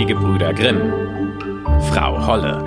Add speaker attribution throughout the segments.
Speaker 1: Die Gebrüder Grimm. Frau Holle.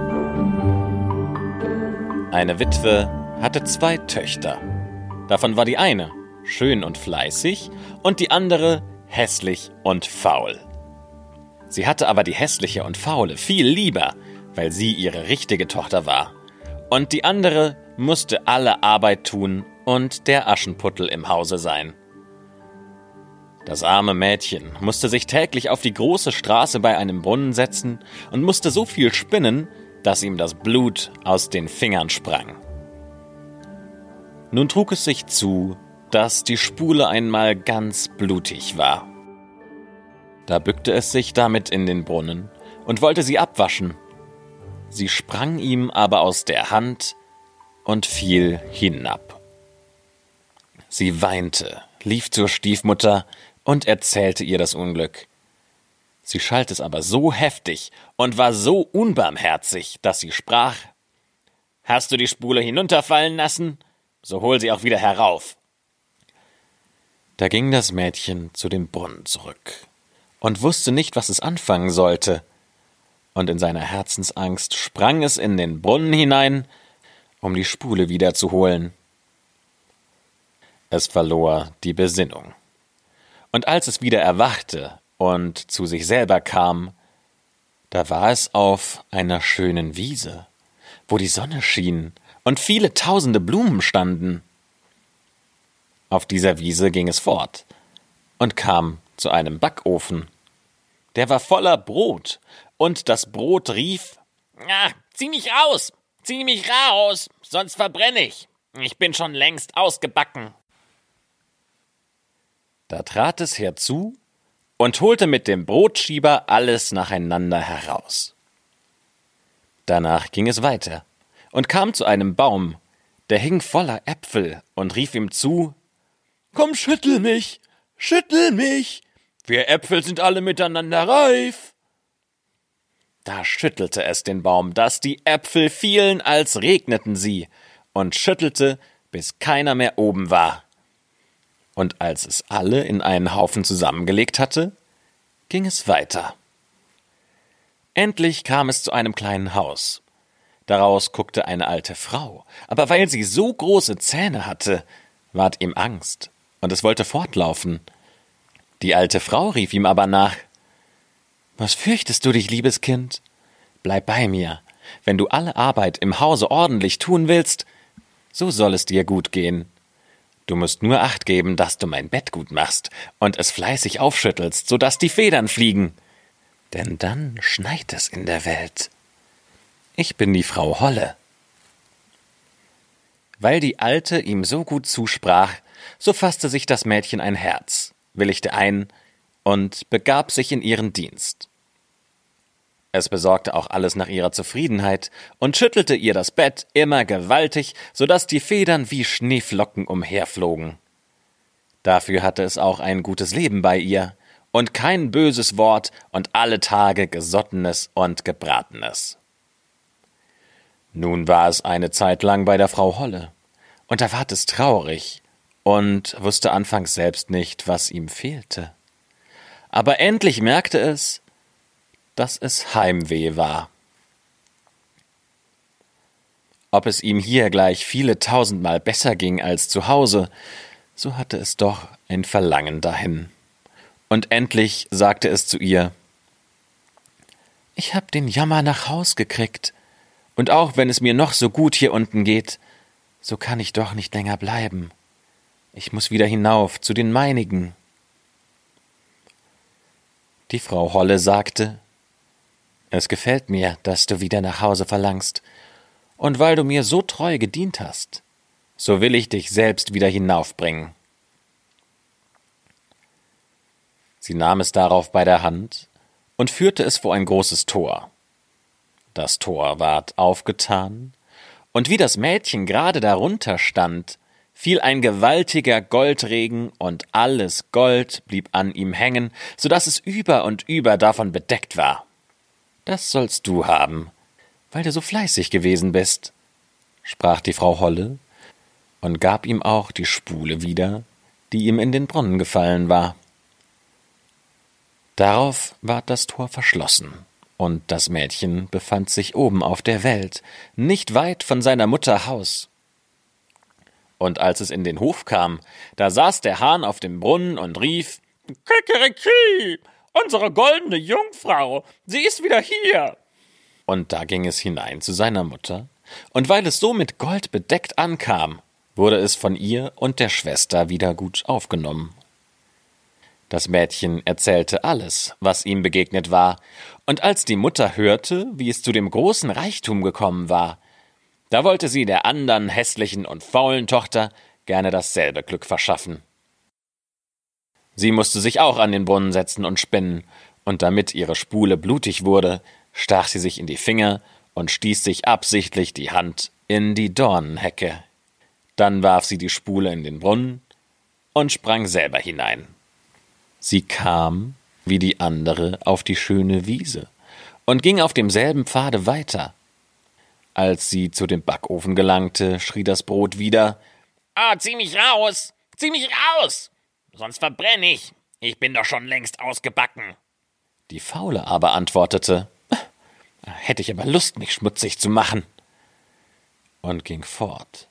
Speaker 1: Eine Witwe hatte 2 Töchter. Davon war die eine schön und fleißig und die andere hässlich und faul. Sie hatte aber die hässliche und faule viel lieber, weil sie ihre richtige Tochter war. Und die andere musste alle Arbeit tun und der Aschenputtel im Hause sein. Das arme Mädchen musste sich täglich auf die große Straße bei einem Brunnen setzen und musste so viel spinnen, dass ihm das Blut aus den Fingern sprang. Nun trug es sich zu, dass die Spule einmal ganz blutig war. Da bückte es sich damit in den Brunnen und wollte sie abwaschen. Sie sprang ihm aber aus der Hand und fiel hinab. Sie weinte, lief zur Stiefmutter und erzählte ihr das Unglück. Sie schalt es aber so heftig und war so unbarmherzig, dass sie sprach: »Hast du die Spule hinunterfallen lassen? So hol sie auch wieder herauf.« Da ging das Mädchen zu dem Brunnen zurück und wusste nicht, was es anfangen sollte. Und in seiner Herzensangst sprang es in den Brunnen hinein, um die Spule wiederzuholen. Es verlor die Besinnung. Und als es wieder erwachte und zu sich selber kam, da war es auf einer schönen Wiese, wo die Sonne schien und viele tausende Blumen standen. Auf dieser Wiese ging es fort und kam zu einem Backofen. Der war voller Brot, und das Brot rief: »Zieh mich raus, sonst verbrenne ich. Ich bin schon längst ausgebacken.« Da trat es herzu und holte mit dem Brotschieber alles nacheinander heraus. Danach ging es weiter und kam zu einem Baum, der hing voller Äpfel, und rief ihm zu: »Komm, schüttel mich, wir Äpfel sind alle miteinander reif.« Da schüttelte es den Baum, dass die Äpfel fielen, als regneten sie, und schüttelte, bis keiner mehr oben war. Und als es alle in einen Haufen zusammengelegt hatte, ging es weiter. Endlich kam es zu einem kleinen Haus. Daraus guckte eine alte Frau, aber weil sie so große Zähne hatte, ward ihm Angst, und es wollte fortlaufen. Die alte Frau rief ihm aber nach: »Was fürchtest du dich, liebes Kind? Bleib bei mir. Wenn du alle Arbeit im Hause ordentlich tun willst, so soll es dir gut gehen. Du musst nur Acht geben, dass du mein Bett gut machst und es fleißig aufschüttelst, so dass die Federn fliegen. Denn dann schneit es in der Welt. Ich bin die Frau Holle.« Weil die Alte ihm so gut zusprach, so fasste sich das Mädchen ein Herz, willigte ein und begab sich in ihren Dienst. Es besorgte auch alles nach ihrer Zufriedenheit und schüttelte ihr das Bett immer gewaltig, so dass die Federn wie Schneeflocken umherflogen. Dafür hatte es auch ein gutes Leben bei ihr und kein böses Wort und alle Tage Gesottenes und Gebratenes. Nun war es eine Zeit lang bei der Frau Holle, und da ward es traurig und wusste anfangs selbst nicht, was ihm fehlte. Aber endlich merkte es, dass es Heimweh war. Ob es ihm hier gleich viele tausendmal besser ging als zu Hause, so hatte es doch ein Verlangen dahin. Und endlich sagte es zu ihr: »Ich hab den Jammer nach Haus gekriegt, und auch wenn es mir noch so gut hier unten geht, so kann ich doch nicht länger bleiben. Ich muss wieder hinauf zu den meinigen.« Die Frau Holle sagte: »Es gefällt mir, dass du wieder nach Hause verlangst, und weil du mir so treu gedient hast, so will ich dich selbst wieder hinaufbringen.« Sie nahm es darauf bei der Hand und führte es vor ein großes Tor. Das Tor ward aufgetan, und wie das Mädchen gerade darunter stand, fiel ein gewaltiger Goldregen, und alles Gold blieb an ihm hängen, so daß es über und über davon bedeckt war. »Das sollst du haben, weil du so fleißig gewesen bist«, sprach die Frau Holle und gab ihm auch die Spule wieder, die ihm in den Brunnen gefallen war. Darauf ward das Tor verschlossen, und das Mädchen befand sich oben auf der Welt, nicht weit von seiner Mutter Haus. Und als es in den Hof kam, da saß der Hahn auf dem Brunnen und rief: »Kikeriki, unsere goldene Jungfrau, sie ist wieder hier!« Und da ging es hinein zu seiner Mutter, und weil es so mit Gold bedeckt ankam, wurde es von ihr und der Schwester wieder gut aufgenommen. Das Mädchen erzählte alles, was ihm begegnet war, und als die Mutter hörte, wie es zu dem großen Reichtum gekommen war, da wollte sie der andern hässlichen und faulen Tochter gerne dasselbe Glück verschaffen. Sie musste sich auch an den Brunnen setzen und spinnen, und damit ihre Spule blutig wurde, stach sie sich in die Finger und stieß sich absichtlich die Hand in die Dornenhecke. Dann warf sie die Spule in den Brunnen und sprang selber hinein. Sie kam, wie die andere, auf die schöne Wiese und ging auf demselben Pfade weiter. Als sie zu dem Backofen gelangte, schrie das Brot wieder: »Zieh mich raus! Zieh mich raus! Sonst verbrenne ich! Ich bin doch schon längst ausgebacken!« Die Faule aber antwortete: »Hätte ich aber Lust, mich schmutzig zu machen«, und ging fort.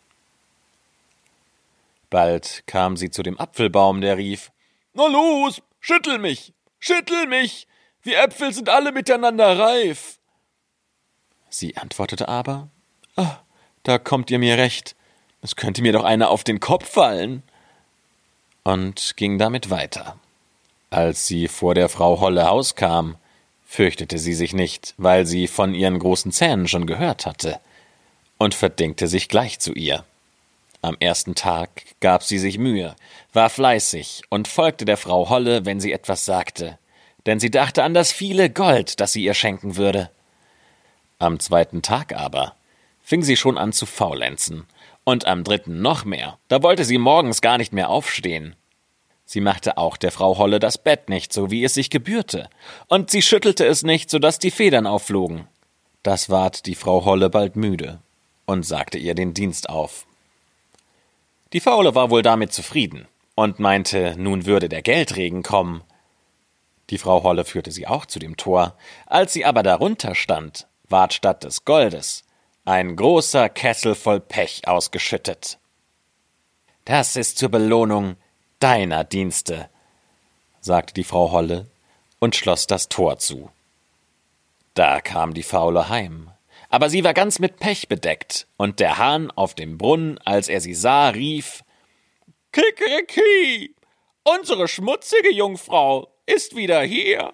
Speaker 1: Bald kam sie zu dem Apfelbaum, der rief: »Na los, schüttel mich, die Äpfel sind alle miteinander reif.« Sie antwortete aber: »Da kommt ihr mir recht, es könnte mir doch einer auf den Kopf fallen«, und ging damit weiter. Als sie vor der Frau Holle Haus kam, fürchtete sie sich nicht, weil sie von ihren großen Zähnen schon gehört hatte, und verdingte sich gleich zu ihr. Am ersten Tag gab sie sich Mühe, war fleißig und folgte der Frau Holle, wenn sie etwas sagte, denn sie dachte an das viele Gold, das sie ihr schenken würde. Am zweiten Tag aber fing sie schon an zu faulenzen, und am dritten noch mehr, da wollte sie morgens gar nicht mehr aufstehen. Sie machte auch der Frau Holle das Bett nicht, so wie es sich gebührte, und sie schüttelte es nicht, so daß die Federn aufflogen. Das ward die Frau Holle bald müde und sagte ihr den Dienst auf. Die Faule war wohl damit zufrieden und meinte, nun würde der Geldregen kommen. Die Frau Holle führte sie auch zu dem Tor. Als sie aber darunter stand, ward statt des Goldes ein großer Kessel voll Pech ausgeschüttet. »Das ist zur Belohnung deiner Dienste«, sagte die Frau Holle und schloss das Tor zu. Da kam die Faule heim, aber sie war ganz mit Pech bedeckt, und der Hahn auf dem Brunnen, als er sie sah, rief: »Kikeriki, unsere schmutzige Jungfrau ist wieder hier.«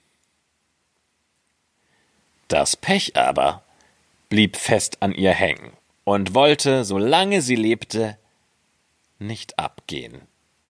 Speaker 1: Das Pech aber blieb fest an ihr hängen und wollte, solange sie lebte, nicht abgehen.